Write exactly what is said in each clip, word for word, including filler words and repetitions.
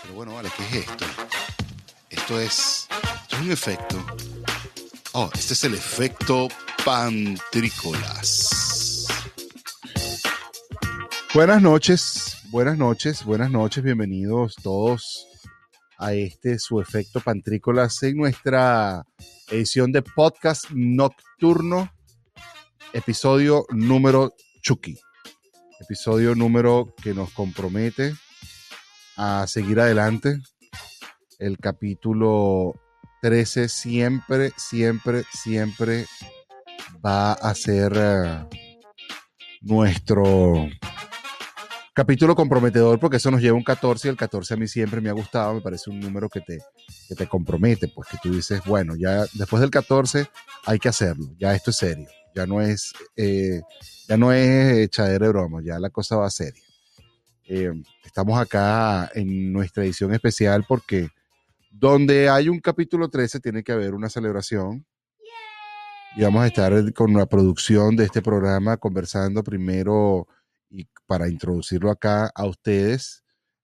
Pero bueno, vale, ¿qué es esto? Esto es, esto es un efecto. Oh, este es el efecto Pantrícolas. Buenas noches, buenas noches, buenas noches. Bienvenidos todos a este su efecto Pantrícolas en nuestra edición de podcast nocturno, episodio número Chucky. Episodio número que nos compromete a seguir adelante. El capítulo trece siempre, siempre, siempre va a ser uh, nuestro capítulo comprometedor, porque eso nos lleva a un catorce y el catorce a mí siempre me ha gustado, me parece un número que te, que te compromete, pues que tú dices, bueno, ya después del catorce hay que hacerlo, ya esto es serio, ya no es, eh, ya no es echadera de broma, ya la cosa va seria. Eh, estamos acá en nuestra edición especial porque donde hay un capítulo trece tiene que haber una celebración. Y vamos a estar con la producción de este programa conversando primero y para introducirlo acá a ustedes,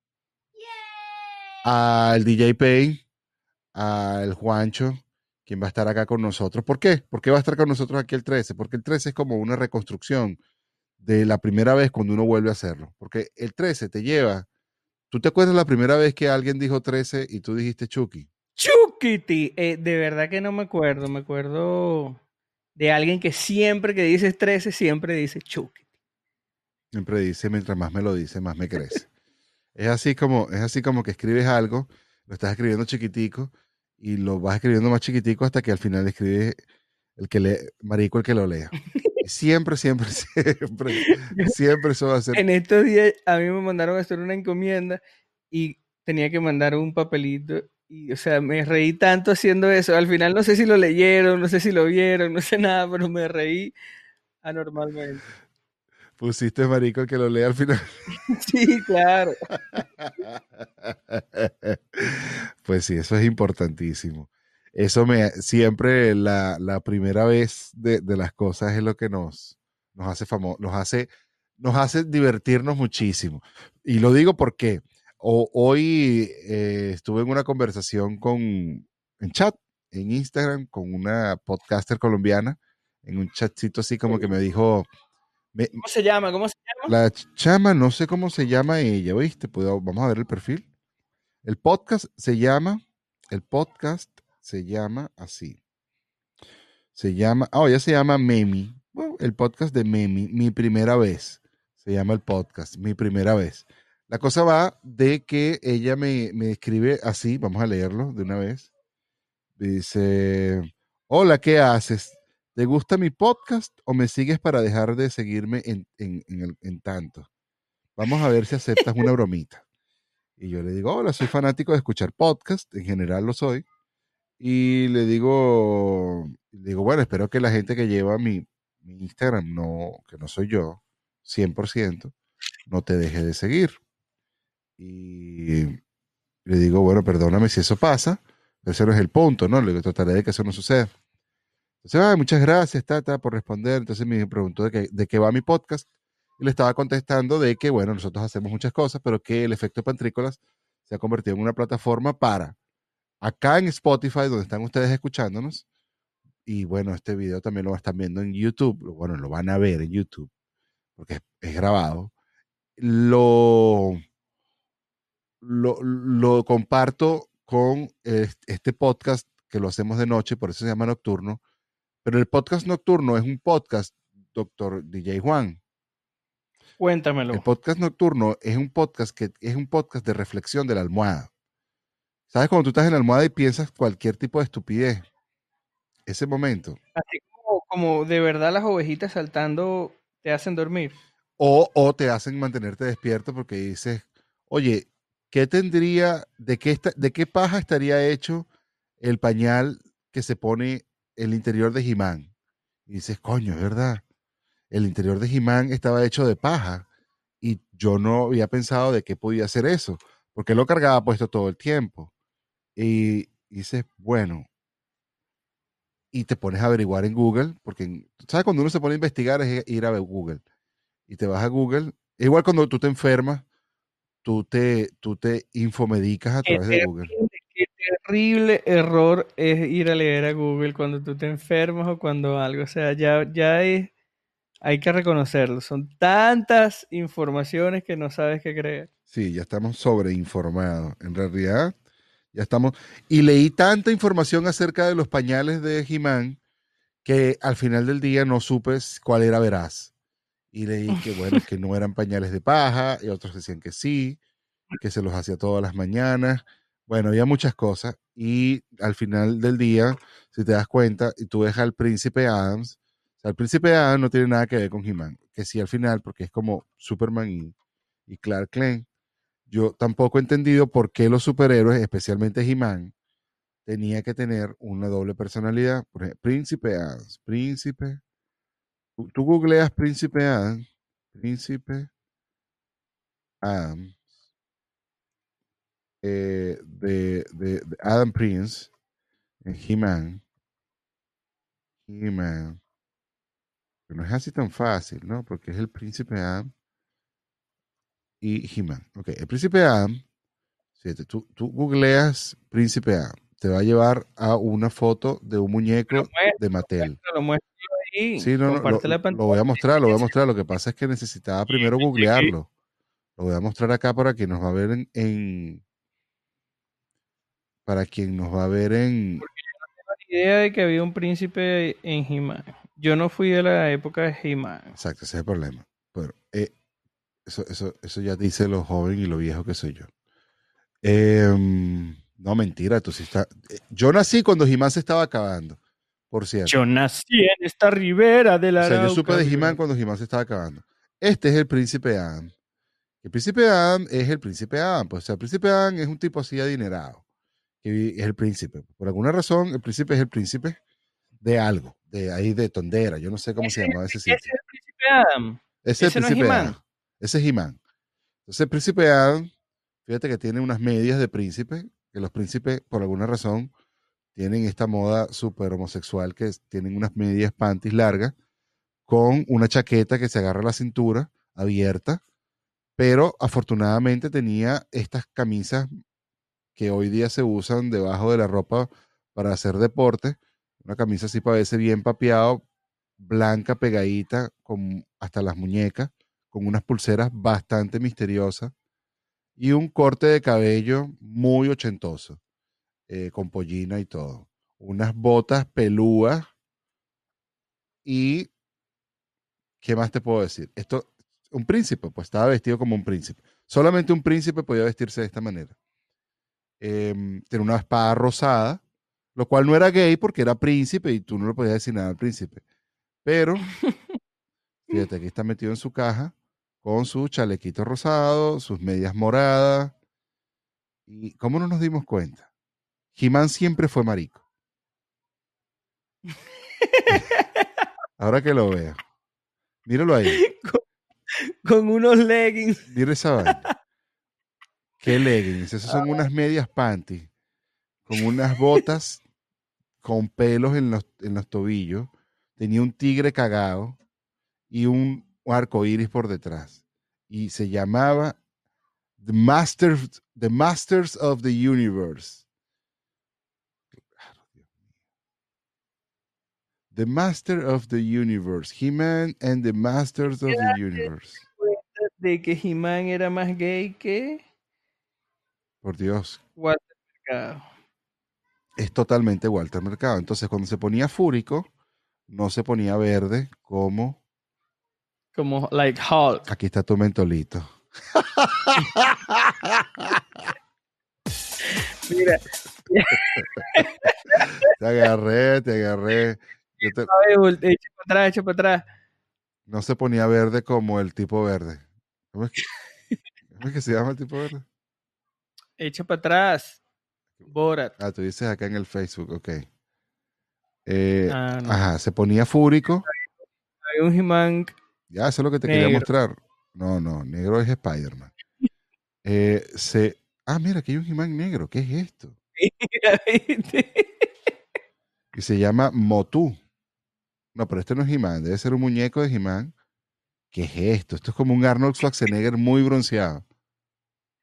al D J Pay, al Juancho, quien va a estar acá con nosotros. ¿Por qué? ¿Por qué va a estar con nosotros aquí el trece? Porque el trece es como una reconstrucción de la primera vez cuando uno vuelve a hacerlo. Porque el trece te lleva. ¿Tú te acuerdas la primera vez que alguien dijo trece y tú dijiste Chucky? Chucky, eh, de verdad que no me acuerdo. Me acuerdo de alguien que siempre que dices trece, siempre dice Chucky. Siempre dice, mientras más me lo dice, más me crece. Es así como, es así como que escribes algo, lo estás escribiendo chiquitico y lo vas escribiendo más chiquitico hasta que al final escribes el que lee, marico, el que lo lea. Y siempre, siempre, siempre, siempre eso va a ser. En estos días a mí me mandaron a hacer una encomienda y tenía que mandar un papelito y, o sea, me reí tanto haciendo eso. Al final no sé si lo leyeron, no sé si lo vieron, no sé nada, pero me reí anormalmente. Pusiste marico, el que lo lea al final. Sí, claro. Pues sí, eso es importantísimo. Eso me siempre la, la primera vez de, de las cosas es lo que nos, nos hace famoso, nos hace, nos hace divertirnos muchísimo. Y lo digo porque o, hoy eh, estuve en una conversación con, en chat, en Instagram, con una podcaster colombiana, en un chatcito así como que me dijo, me, ¿Cómo se llama? ¿Cómo se llama? la chama, no sé cómo se llama ella, ¿oíste? Pues, vamos a ver el perfil. El podcast se llama, el podcast se llama así. Se llama, oh, ya se llama Memi. Bueno, el podcast de Memi, mi primera vez. Se llama el podcast, mi primera vez. La cosa va de que ella me, me escribe así, vamos a leerlo de una vez. Dice, hola, ¿qué haces? ¿Te gusta mi podcast o me sigues para dejar de seguirme en, en, en, el, en tanto? Vamos a ver si aceptas una bromita. Y yo le digo, hola, soy fanático de escuchar podcast, en general lo soy. Y le digo, le digo, bueno, espero que la gente que lleva mi, mi Instagram, no, que no soy yo, cien por ciento, no te deje de seguir. Y le digo, bueno, perdóname si eso pasa, pero ese no es el punto, ¿no? Le digo, trataré de que eso no suceda. Entonces, ah, muchas gracias, Tata, por responder. Entonces me preguntó de qué, de qué va mi podcast. Y le estaba contestando de que, bueno, nosotros hacemos muchas cosas, pero que el efecto Pantrícolas se ha convertido en una plataforma para, acá en Spotify, donde están ustedes escuchándonos, y bueno, este video también lo están viendo en YouTube, bueno, lo van a ver en YouTube, porque es, es grabado. Lo, lo, lo comparto con este podcast que lo hacemos de noche, por eso se llama Nocturno. Pero el podcast nocturno es un podcast, doctor D J Juan. Cuéntamelo. El podcast nocturno es un podcast que es un podcast de reflexión de la almohada. ¿Sabes cuando tú estás en la almohada y piensas cualquier tipo de estupidez? Ese momento. Así como, como de verdad las ovejitas saltando te hacen dormir. O, o te hacen mantenerte despierto porque dices, oye, ¿qué tendría, de qué, esta, de qué paja estaría hecho el pañal que se pone el interior de He-Man? Y dices, coño, es verdad. El interior de He-Man estaba hecho de paja y yo no había pensado de qué podía hacer eso, porque lo cargaba puesto todo el tiempo. Y, y dices, bueno, y te pones a averiguar en Google, porque, ¿sabes? Cuando uno se pone a investigar es ir a Google. Y te vas a Google. Es igual cuando tú te enfermas, tú te, tú te infomedicas a Qué través de Google. terrible, qué terrible error es ir a leer a Google cuando tú te enfermas o cuando algo, o sea, ya, ya es, hay que reconocerlo. Son tantas informaciones que no sabes qué creer. Sí, ya estamos sobreinformados. En realidad, ya estamos. Y leí tanta información acerca de los pañales de He-Man que al final del día no supe cuál era veraz. Y leí que, bueno, que no eran pañales de paja, y otros decían que sí, que se los hacía todas las mañanas. Bueno, había muchas cosas. Y al final del día, si te das cuenta, y tú ves al príncipe Adams, o sea, el príncipe Adams no tiene nada que ver con He-Man, que sí al final, porque es como Superman y, y Clark Kent. Yo tampoco he entendido por qué los superhéroes, especialmente He-Man, tenía que tener una doble personalidad. Por ejemplo, Príncipe Adams, Príncipe. Tú, tú googleas Príncipe Adams, Príncipe Adams, eh, de, de, de Adam Prince, en He-Man, He-Man, que no es así tan fácil, ¿no? Porque es el Príncipe Adam y He-Man. Ok, el Príncipe Adam, fíjate, tú, tú googleas Príncipe Adam, te va a llevar a una foto de un Pero muñeco de muéstralo, Mattel. muéstralo, muéstralo ahí. Sí, no, no, lo, Comparte la lo voy pantalla. a mostrar, lo voy a mostrar. Lo que pasa es que necesitaba primero googlearlo. Lo voy a mostrar acá para quien nos va a ver en, en para quien nos va a ver en, Idea de que había un príncipe en He-Man. Yo no fui de la época de He-Man. exacto, ese es el problema. Pero eh, eso, eso, eso ya dice lo joven y lo viejo que soy yo. Eh, no, mentira, tú sí estás. eh, Yo nací cuando He-Man se estaba acabando, por cierto. Yo nací en esta ribera del O sea, yo supe Arauca, de vive. He-Man cuando He-Man se estaba acabando. Este es el príncipe Adam. El príncipe Adam es el príncipe Adam. Pues, o sea, el príncipe Adam es un tipo así adinerado, que es el príncipe. Por alguna razón, el príncipe es el príncipe de algo, de ahí de Tondera. Yo no sé cómo se Ese es, llamaba ese el, ese sitio. es el príncipe Adam. Ese es el Ese no es príncipe He-Man. Adam. Ese es He-Man. Entonces, el príncipe Adam, fíjate que tiene unas medias de príncipe, que los príncipes, por alguna razón, tienen esta moda súper homosexual que es- tienen unas medias panties largas con una chaqueta que se agarra a la cintura abierta, pero afortunadamente tenía estas camisas que hoy día se usan debajo de la ropa para hacer deporte, una camisa así parece bien papeado, blanca, pegadita, con hasta las muñecas, con unas pulseras bastante misteriosas y un corte de cabello muy ochentoso, eh, con pollina y todo. Unas botas pelúas y, ¿qué más te puedo decir? Esto, un príncipe, pues estaba vestido como un príncipe. Solamente un príncipe podía vestirse de esta manera. Eh, Tenía una espada rosada, lo cual no era gay porque era príncipe y tú no le podías decir nada al príncipe. Pero, fíjate, aquí está metido en su caja con su chalequito rosado, sus medias moradas. ¿Y cómo no nos dimos cuenta? He-Man siempre fue marico. Ahora que lo veo. Míralo ahí. con, con unos leggings. Mira esa vaina. ¿Qué leggings? Esas son unas medias panties con unas botas con pelos en los, en los tobillos. Tenía un tigre cagado y un arco iris por detrás. Y se llamaba The Masters, The Masters of the Universe. The Master of the Universe. He-Man and the Masters of the Universe. De que He-Man era más gay que Por Dios. Walter Mercado. Es totalmente Walter Mercado. Entonces, cuando se ponía fúrico, no se ponía verde como. Como like Hulk. Aquí está tu mentolito. Mira. Te agarré, te agarré. Yo te... Echa para atrás, echa para atrás. No se ponía verde como el tipo verde. ¿Cómo es que, cómo es que se llama el tipo verde? Echa para atrás. Borat. Ah, tú dices acá en el Facebook, ok. Eh, Ah, no. ajá, se ponía fúrico. Hay un He-Man Ya, eso es lo que te quería negro. mostrar. No, no, negro es Spider-Man. Eh, se... Ah, mira, aquí hay un He-Man negro. ¿Qué es esto? Mira, ¿viste? Y se llama Motu. No, pero este no es He-Man, debe ser un muñeco de He-Man. ¿Qué es esto? Esto es como un Arnold Schwarzenegger muy bronceado.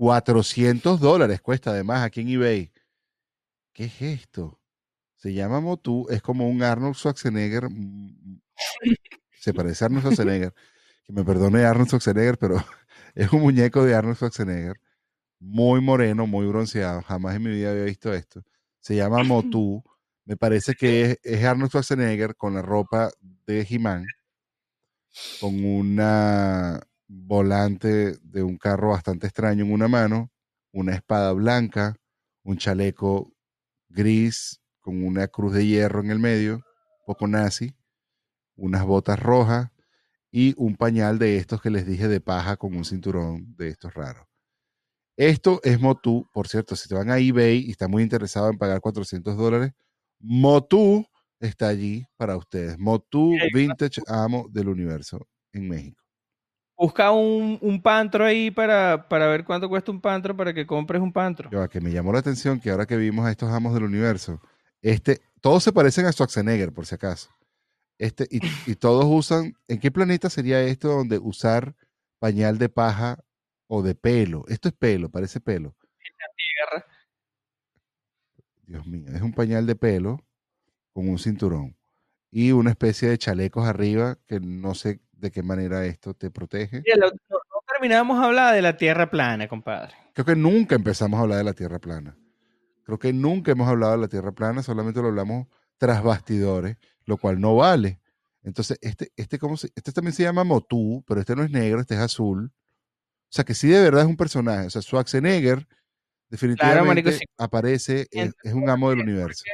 cuatrocientos dólares cuesta además aquí en eBay. ¿Qué es esto? Se llama Motu, es como un Arnold Schwarzenegger. mm, Se parece a Arnold Schwarzenegger. Que me perdone Arnold Schwarzenegger, pero es un muñeco de Arnold Schwarzenegger. Muy moreno, muy bronceado. Jamás en mi vida había visto esto. Se llama Motu. Me parece que es, es Arnold Schwarzenegger con la ropa de He-Man, con una volante de un carro bastante extraño en una mano, una espada blanca, un chaleco gris con una cruz de hierro en el medio, poco nazi, unas botas rojas y un pañal de estos que les dije de paja con un cinturón de estos raros. Esto es Motu, por cierto, si te van a eBay y están muy interesados en pagar cuatrocientos dólares, Motu está allí para ustedes. Motu Vintage Amo del Universo en México. Busca un, un pantro ahí para, para ver cuánto cuesta un pantro para que compres un pantro. Yo, que me llamó la atención que ahora que vimos a estos amos del universo, este, todos se parecen a Schwarzenegger, por si acaso. Este, y, y todos usan, ¿en qué planeta sería esto donde usar pañal de paja o de pelo? Esto es pelo, parece pelo. Tierra. Dios mío, es un pañal de pelo con un cinturón y una especie de chalecos arriba que no sé de qué manera esto te protege. Mira, lo- no, no terminamos de hablar de la tierra plana, compadre. Creo que nunca empezamos a hablar de la Tierra plana. Creo que nunca hemos hablado de la Tierra plana, solamente lo hablamos tras bastidores, lo cual no vale. Entonces, este, este, ¿cómo se- este también se llama Motu, pero este no es negro, este es azul. O sea, que sí de verdad es un personaje. O sea, Schwarzenegger Claro, marico, definitivamente sí. aparece, es, es un amo del universo.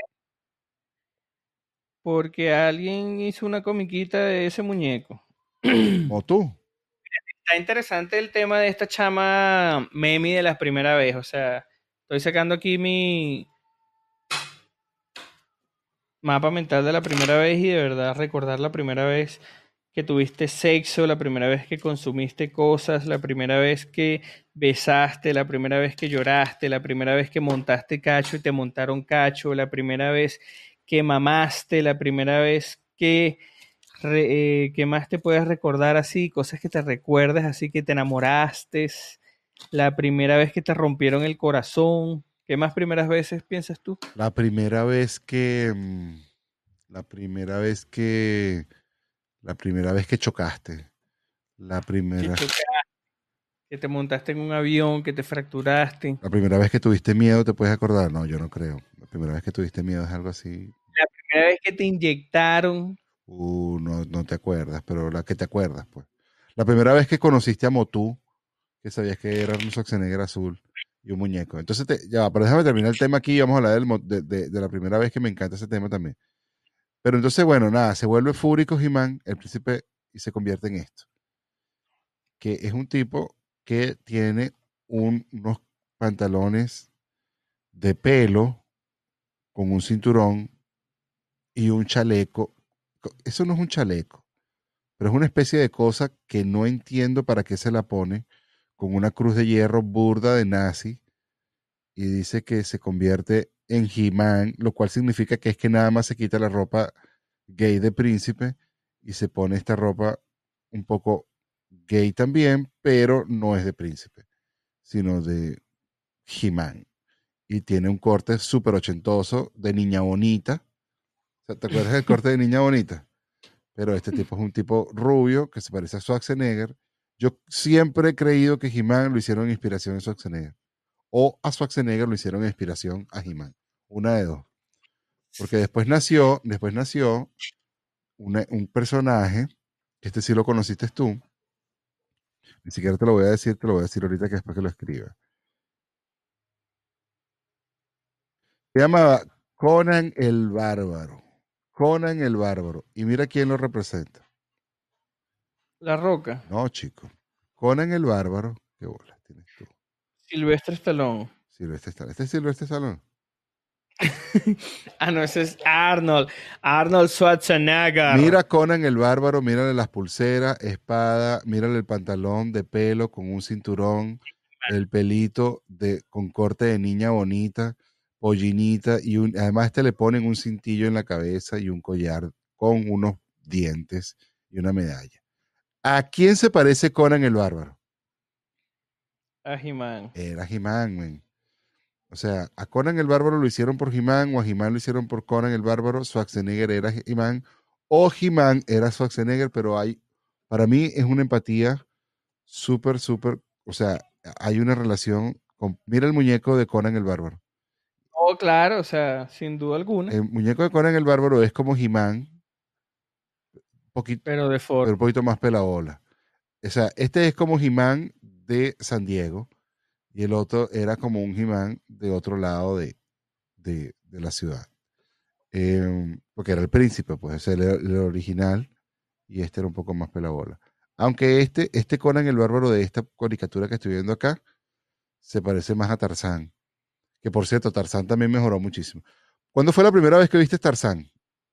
Porque alguien hizo una comiquita de ese muñeco. Motu. Está interesante el tema de esta chama Memi de la primera vez. O sea, estoy sacando aquí mi mapa mental de la primera vez y de verdad recordar la primera vez que tuviste sexo, la primera vez que consumiste cosas, la primera vez que besaste, la primera vez que lloraste, la primera vez que montaste cacho y te montaron cacho, la primera vez que mamaste, la primera vez que re- eh, ¿qué más te puedes recordar así? Cosas que te recuerdes, así que te enamoraste, la primera vez que te rompieron el corazón. ¿Qué más primeras veces piensas tú? La primera vez que, mm, la primera vez que, la primera vez que chocaste, la Que primera, chocaste, que te montaste en un avión, que te fracturaste. la primera vez que tuviste miedo, ¿te puedes acordar? No, yo no creo. La primera vez que tuviste miedo es algo así. La primera vez que te inyectaron. Uh, no, no te acuerdas, pero la que te acuerdas, pues. La primera vez que conociste a Motu, que sabías que era un Schwarzenegger azul y un muñeco. Entonces, te, ya va, pero déjame terminar el tema aquí y vamos a hablar del mo- de, de- de la primera vez que me encanta ese tema también. Pero entonces, bueno, nada, se vuelve fúrico He-Man, el príncipe, y se convierte en esto, que es un tipo que tiene un- unos pantalones de pelo con un cinturón y un chaleco. Co- Eso no es un chaleco, pero es una especie de cosa que no entiendo para qué se la pone, con una cruz de hierro burda de nazi, y dice que se convierte en He-Man, lo cual significa que es que nada más se quita la ropa gay de príncipe y se pone esta ropa un poco gay también, pero no es de príncipe, sino de He-Man. Y tiene un corte súper ochentoso de niña bonita. O sea, ¿te acuerdas del corte de niña bonita? Pero este tipo es un tipo rubio que se parece a Schwarzenegger. Yo siempre he creído que He-Man lo hicieron en inspiración en Schwarzenegger. O a Schwarzenegger lo hicieron en inspiración a He-Man. Una de dos. Porque después nació, después nació una- un personaje, que este sí lo conociste tú, ni siquiera te lo voy a decir, te lo voy a decir ahorita que después que lo escriba. Se llamaba Conan el Bárbaro. Conan el Bárbaro. Y mira quién lo representa. La Roca. No, chico. Conan el Bárbaro. Qué bolas tienes tú. Silvestre Stallone. Silvestre Stallone. Este es Silvestre Stallone. Ah, no, ese es Arnold. Arnold Schwarzenegger. Mira Conan el Bárbaro, mírale las pulseras, espada, mírale el pantalón de pelo con un cinturón, el pelito de, con corte de niña bonita, pollinita, y un, además este le ponen un cintillo en la cabeza y un collar con unos dientes y una medalla. ¿A quién se parece Conan el Bárbaro? A He-Man. Era He-Man, men. O sea, a Conan el Bárbaro lo hicieron por He-Man, o a He-Man lo hicieron por Conan el Bárbaro. Schwarzenegger era He-Man, o He-Man era Schwarzenegger, pero hay, para mí es una empatía súper, súper, o sea, hay una relación con, mira el muñeco de Conan el Bárbaro. Oh, claro, o sea, sin duda alguna, El muñeco de Conan el Bárbaro es como He-Man, poquito, pero de pero forma. un poquito más pelabola. O sea, este es como He-Man de San Diego y el otro era como un He-Man de otro lado de, de, de la ciudad. Eh, porque era el príncipe, pues ese era el, el original y este era un poco más pelabola. Aunque este, este Conan el Bárbaro de esta caricatura que estoy viendo acá se parece más a Tarzán. Que por cierto, Tarzán también mejoró muchísimo. ¿Cuándo fue la primera vez que viste Tarzán?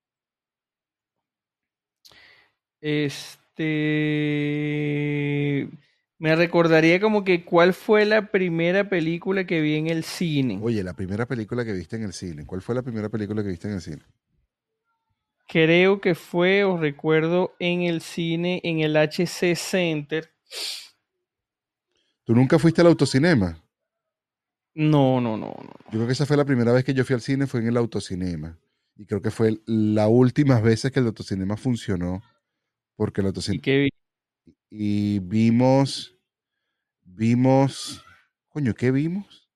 Este, me recordaría como que cuál fue la primera película que vi en el cine. Oye, la primera película que viste en el cine. ¿Cuál fue la primera película que viste en el cine? Creo que fue, o recuerdo, en el cine, en el H C Center. ¿Tú nunca fuiste al autocinema? No, no, no, Yo no. creo que esa fue la primera vez que yo fui al cine, fue en el autocinema. Y creo que fue la última vez que el autocinema funcionó, porque el Y autocinema... que vi. Y vimos, vimos, coño, ¿qué vimos?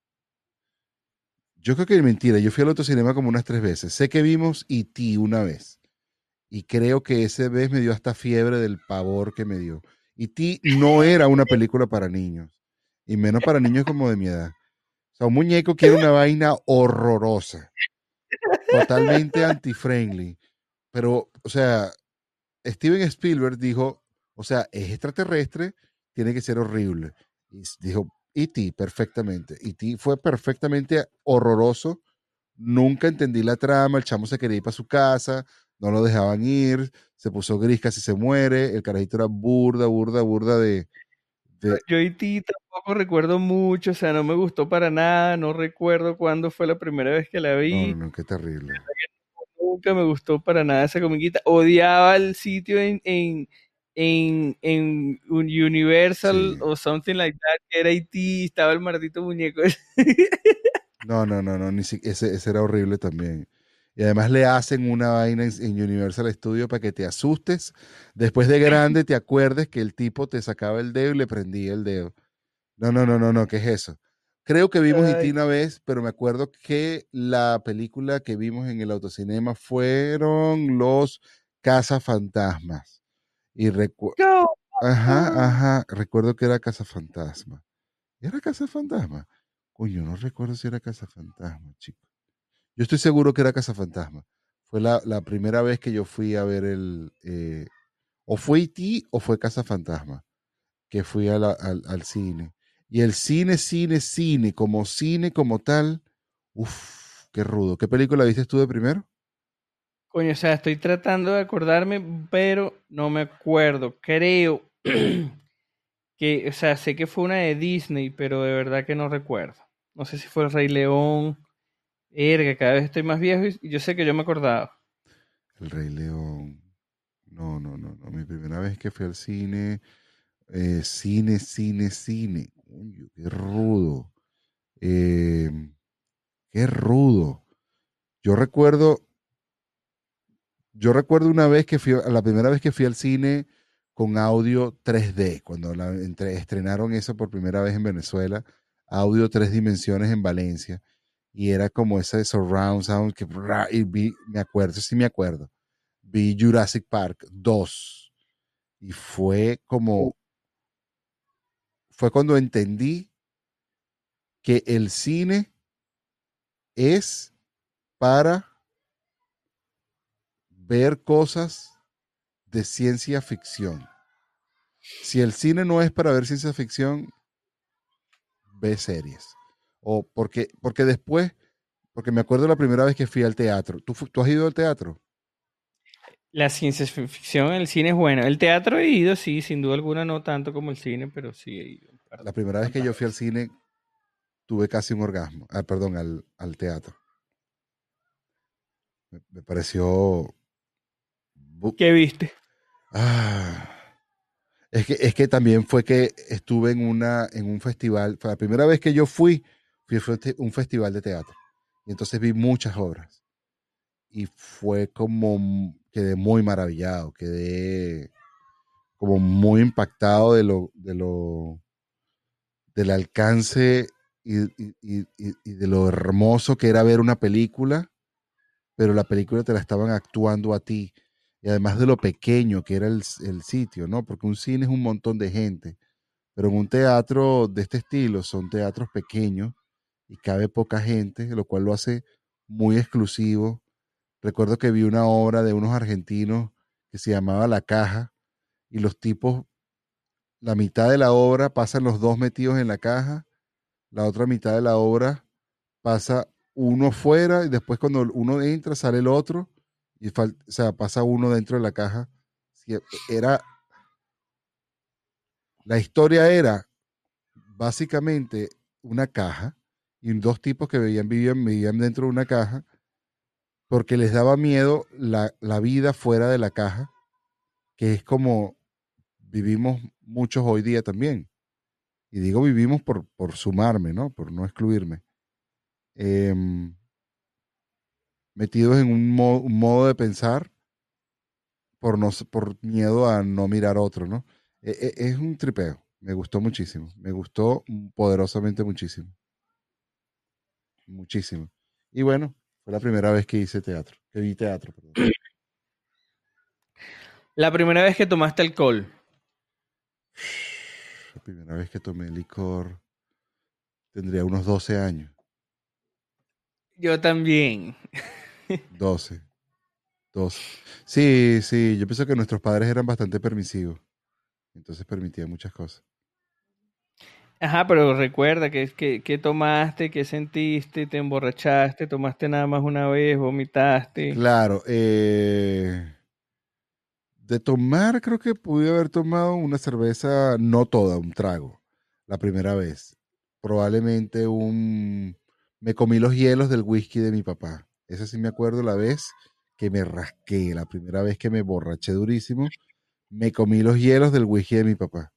Yo creo que es mentira, yo fui al autocinema como unas tres veces. Sé que vimos E T una vez. Y creo que esa vez me dio hasta fiebre del pavor que me dio. E T no era una película para niños. Y menos para niños como de mi edad. O sea, un muñeco que era una vaina horrorosa. Totalmente anti-friendly. Pero, o sea, Steven Spielberg dijo, o sea, es extraterrestre, tiene que ser horrible. Y dijo, E T perfectamente. E T fue perfectamente horroroso. Nunca entendí la trama, el chamo se quería ir para su casa, no lo dejaban ir, se puso gris, casi se muere, el carajito era burda, burda, burda de... de Yo y ti tampoco recuerdo mucho, o sea, no me gustó para nada, no recuerdo cuándo fue la primera vez que la no, no, vi, no, qué terrible. nunca me gustó para nada esa comiquita. Odiaba el sitio en, en, en, en un Universal Sí. o something like that, que era I T, estaba el maldito muñeco. No, no, no, no, ni si- ese, ese era horrible también. Y además le hacen una vaina en, en Universal Studio para que te asustes. Después de grande te acuerdes que el tipo te sacaba el dedo y le prendía el dedo. No, no, no, no, no, ¿qué es eso? Creo que vimos E T Ay, una vez, pero me acuerdo que la película que vimos en el autocinema fueron los Cazafantasmas. Y recuerdo, no. ajá, ajá, recuerdo que era Cazafantasma. ¿Era Cazafantasma? Coño, no recuerdo si era Cazafantasma, chico. Yo estoy seguro que era Cazafantasma. Fue la, la primera vez que yo fui a ver el... eh, o fue E T o fue Cazafantasma que fui a la- al, al cine. Y el cine, cine, cine, como cine como tal, uff, qué rudo. ¿Qué película viste tú de primero? Coño, o sea, estoy tratando de acordarme, pero no me acuerdo. Creo que, o sea, sé que fue una de Disney, pero de verdad que no recuerdo. No sé si fue El Rey León. Erga, cada vez estoy más viejo y y yo sé que yo me acordaba. El Rey León. No, no, no, no. Mi primera vez que fui al cine, eh, cine, cine, cine. Coño, qué rudo. Eh, qué rudo. Yo recuerdo, yo recuerdo una vez que fui, la primera vez que fui al cine con audio tres D, cuando la, entre- estrenaron eso por primera vez en Venezuela, audio tres dimensiones en Valencia, y era como ese surround sound que bra- y vi, me acuerdo, sí me acuerdo, vi Jurassic Park dos y fue como, fue cuando entendí que el cine es para ver cosas de ciencia ficción. Si el cine no es para ver ciencia ficción, ve series. O porque, porque después, porque me acuerdo la primera vez que fui al teatro. ¿Tú, fu- tú has ido al teatro? La ciencia fi- ficción, el cine es bueno. El teatro he ido, sí, sin duda alguna, no tanto como el cine, pero sí he ido un par La de primera vez que cuantas yo fui al veces. cine, tuve casi un orgasmo. Ah, perdón, al, al teatro. Me, me pareció... bu- ¿Qué viste? ah, Es que, es que también fue que estuve en, una, en un festival, fue la primera vez que yo fui, fui a fue un festival de teatro. Y entonces vi muchas obras. Y fue como, quedé muy maravillado, quedé como muy impactado de lo, de lo, del alcance y, y, y, y de lo hermoso que era ver una película, pero la película te la estaban actuando a ti. Y además de lo pequeño que era el, el sitio, ¿no? Porque un cine es un montón de gente, pero en un teatro de este estilo son teatros pequeños y cabe poca gente, lo cual lo hace muy exclusivo. Recuerdo que vi una obra de unos argentinos que se llamaba La Caja y los tipos, la mitad de la obra pasan los dos metidos en la caja, la otra mitad de la obra pasa uno fuera y después cuando uno entra sale el otro y fal- o sea, pasa uno dentro de la caja. Sí, era, la historia era básicamente una caja y dos tipos que vivían, vivían, vivían dentro de una caja porque les daba miedo la, la vida fuera de la caja, que es como vivimos muchos hoy día también. Y digo vivimos por, por sumarme, ¿no? Por no excluirme. Em, metidos en un, mo- un modo de pensar por, no, s- por miedo a no mirar otro, ¿no? E- e- es un tripeo. Me gustó muchísimo. Me gustó poderosamente muchísimo. Muchísimo. Y bueno, fue la primera vez que hice teatro, que vi teatro, perdón. La primera vez que tomaste alcohol. La primera vez que tomé licor tendría unos doce años. Yo también. Doce, doce. Sí, sí, yo pienso que nuestros padres eran bastante permisivos. Entonces permitían muchas cosas. Ajá, pero recuerda que, que, que tomaste, que sentiste, te emborrachaste, tomaste nada más una vez, vomitaste. Claro, eh, de tomar creo que pude haber tomado una cerveza, no toda, un trago, la primera vez. Probablemente un... Me comí los hielos del whisky de mi papá. Esa sí me acuerdo la vez que me rasqué, la primera vez que me borraché durísimo, me comí los hielos del whisky de mi papá.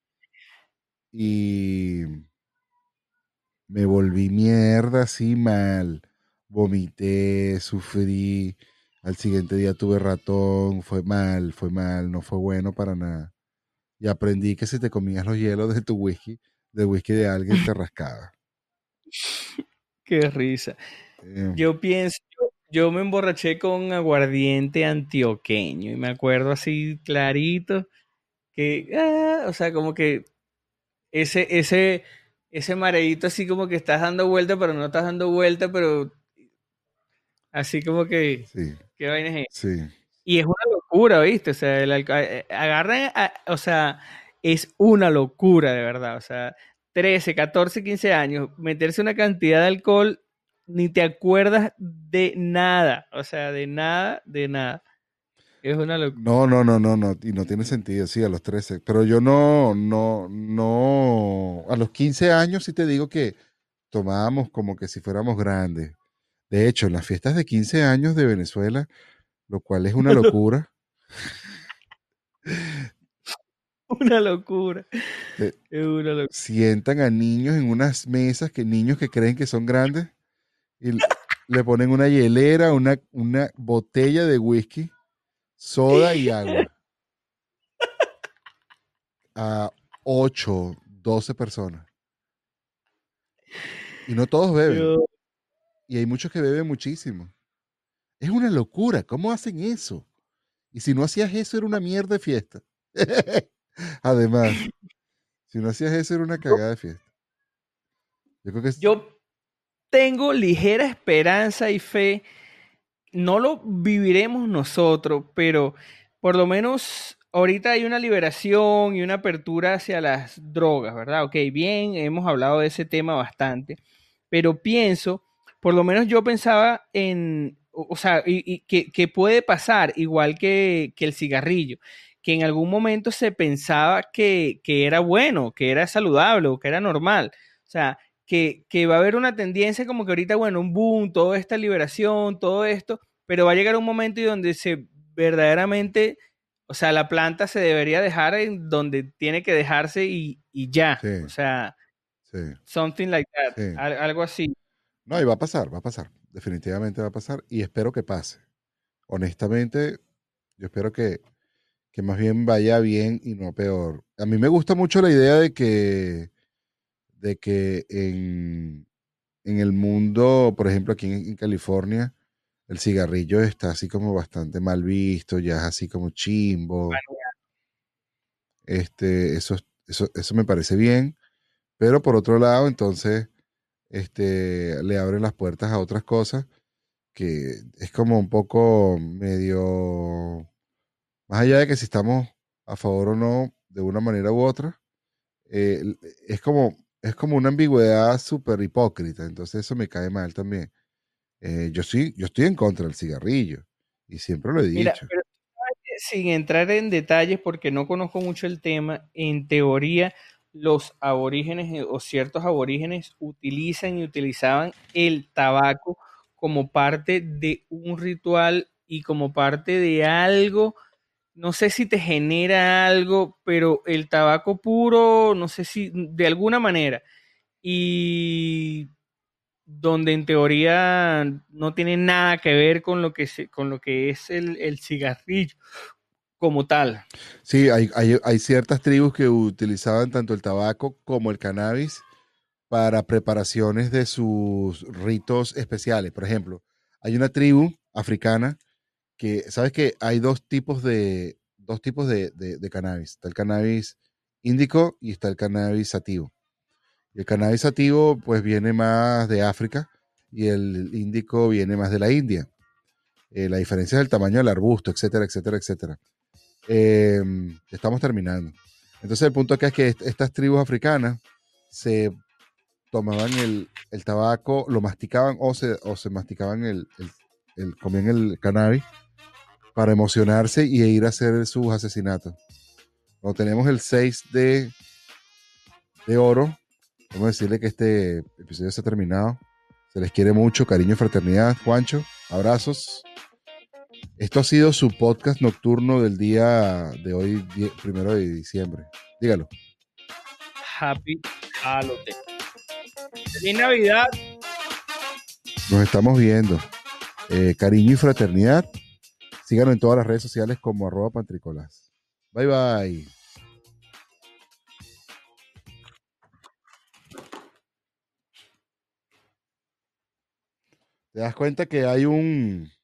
Y me volví mierda así mal. Vomité, sufrí. Al siguiente día tuve ratón. Fue mal, fue mal, no fue bueno para nada. Y aprendí que si te comías los hielos de tu whisky, del whisky de alguien, te rascaba. Qué risa. Eh, Yo pienso, yo, yo me emborraché con aguardiente antioqueño y me acuerdo así clarito que, ah, o sea, como que ese, ese, ese mareíto así como que estás dando vuelta, pero no estás dando vuelta, pero así como que, sí, ¿qué vaina es esa? sí. Y es una locura, ¿viste? O sea, el alca- eh, agarran, a- o sea, es una locura de verdad. O sea, trece catorce quince años, meterse una cantidad de alcohol, ni te acuerdas de nada. O sea, de nada, de nada. Es una locura. No, no, no, no, no, y no tiene sentido, sí, a los trece. Pero yo no, no, no, a los quince años sí te digo que tomábamos como que si fuéramos grandes. De hecho, en las fiestas de quince años de Venezuela, lo cual es una locura, Una locura. te Es una locura. sientan a niños en unas mesas, que niños que creen que son grandes, y l- le ponen una hielera, una, una botella de whisky, soda y agua a ocho, doce personas. Y no todos beben. Yo, Y hay muchos que beben muchísimo. Es una locura. ¿Cómo hacen eso? Y si no hacías eso, era una mierda de fiesta. Además, si no hacías eso, era una cagada de fiesta. Yo creo que es... yo tengo ligera esperanza y fe. No lo viviremos nosotros, pero por lo menos ahorita hay una liberación y una apertura hacia las drogas, ¿verdad? Ok, bien, hemos hablado de ese tema bastante, pero pienso, por lo menos yo pensaba en, o, o sea, y, y que, que puede pasar igual que, que el cigarrillo, que en algún momento se pensaba que, que era bueno, que era saludable o que era normal. O sea, que, que va a haber una tendencia como que ahorita, bueno, un boom, toda esta liberación, todo esto, pero va a llegar un momento y donde se verdaderamente, O sea, la planta se debería dejar en donde tiene que dejarse y, y ya. O Sí, sea, sí, something like that, sí. al- algo así. No, y va a pasar, va a pasar. Definitivamente va a pasar y espero que pase. Honestamente, yo espero que, que más bien vaya bien y no peor. A mí me gusta mucho la idea de que, de que en, en el mundo, por ejemplo, aquí en, en California, el cigarrillo está así como bastante mal visto, ya es así como chimbo. Este, eso, eso, eso me parece bien, pero por otro lado, entonces, este, le abren las puertas a otras cosas que es como un poco medio, más allá de que si estamos a favor o no de una manera u otra, eh, es como, es como una ambigüedad súper hipócrita, entonces eso me cae mal también. Eh, yo sí, yo estoy en contra del cigarrillo y siempre lo he Mira, dicho. pero sin entrar en detalles, porque no conozco mucho el tema, en teoría los aborígenes eh, o ciertos aborígenes utilizan y utilizaban el tabaco como parte de un ritual y como parte de algo. No sé si te genera algo, pero el tabaco puro, no sé si de alguna manera. Y donde en teoría no tiene nada que ver con lo que, se, con lo que es el, el cigarrillo como tal. Sí, hay, hay, hay ciertas tribus que utilizaban tanto el tabaco como el cannabis para preparaciones de sus ritos especiales. Por ejemplo, hay una tribu africana que, ¿sabes que hay dos tipos de, dos tipos de, de, de cannabis? Está el cannabis índico y está el cannabis sativo. Y el cannabis sativo pues viene más de África y el índico viene más de la India. Eh, la diferencia es el tamaño del arbusto, etcétera, etcétera, etcétera. Eh, estamos terminando. Entonces el punto acá es que est estas tribus africanas se tomaban el, el tabaco, lo masticaban o se, o se masticaban el, el, el, comían el cannabis para emocionarse y ir a hacer sus asesinatos. Cuando tenemos el seis de, de oro, vamos a decirle que este episodio se ha terminado. Se les quiere mucho, cariño y fraternidad. Juancho, abrazos. Esto ha sido su podcast nocturno del día de hoy, primero de diciembre. Dígalo. Happy Holiday. Feliz Navidad. Nos estamos viendo. Eh, cariño y fraternidad. Síganos en todas las redes sociales como arroba pantricolas. Bye bye. Te das cuenta que hay un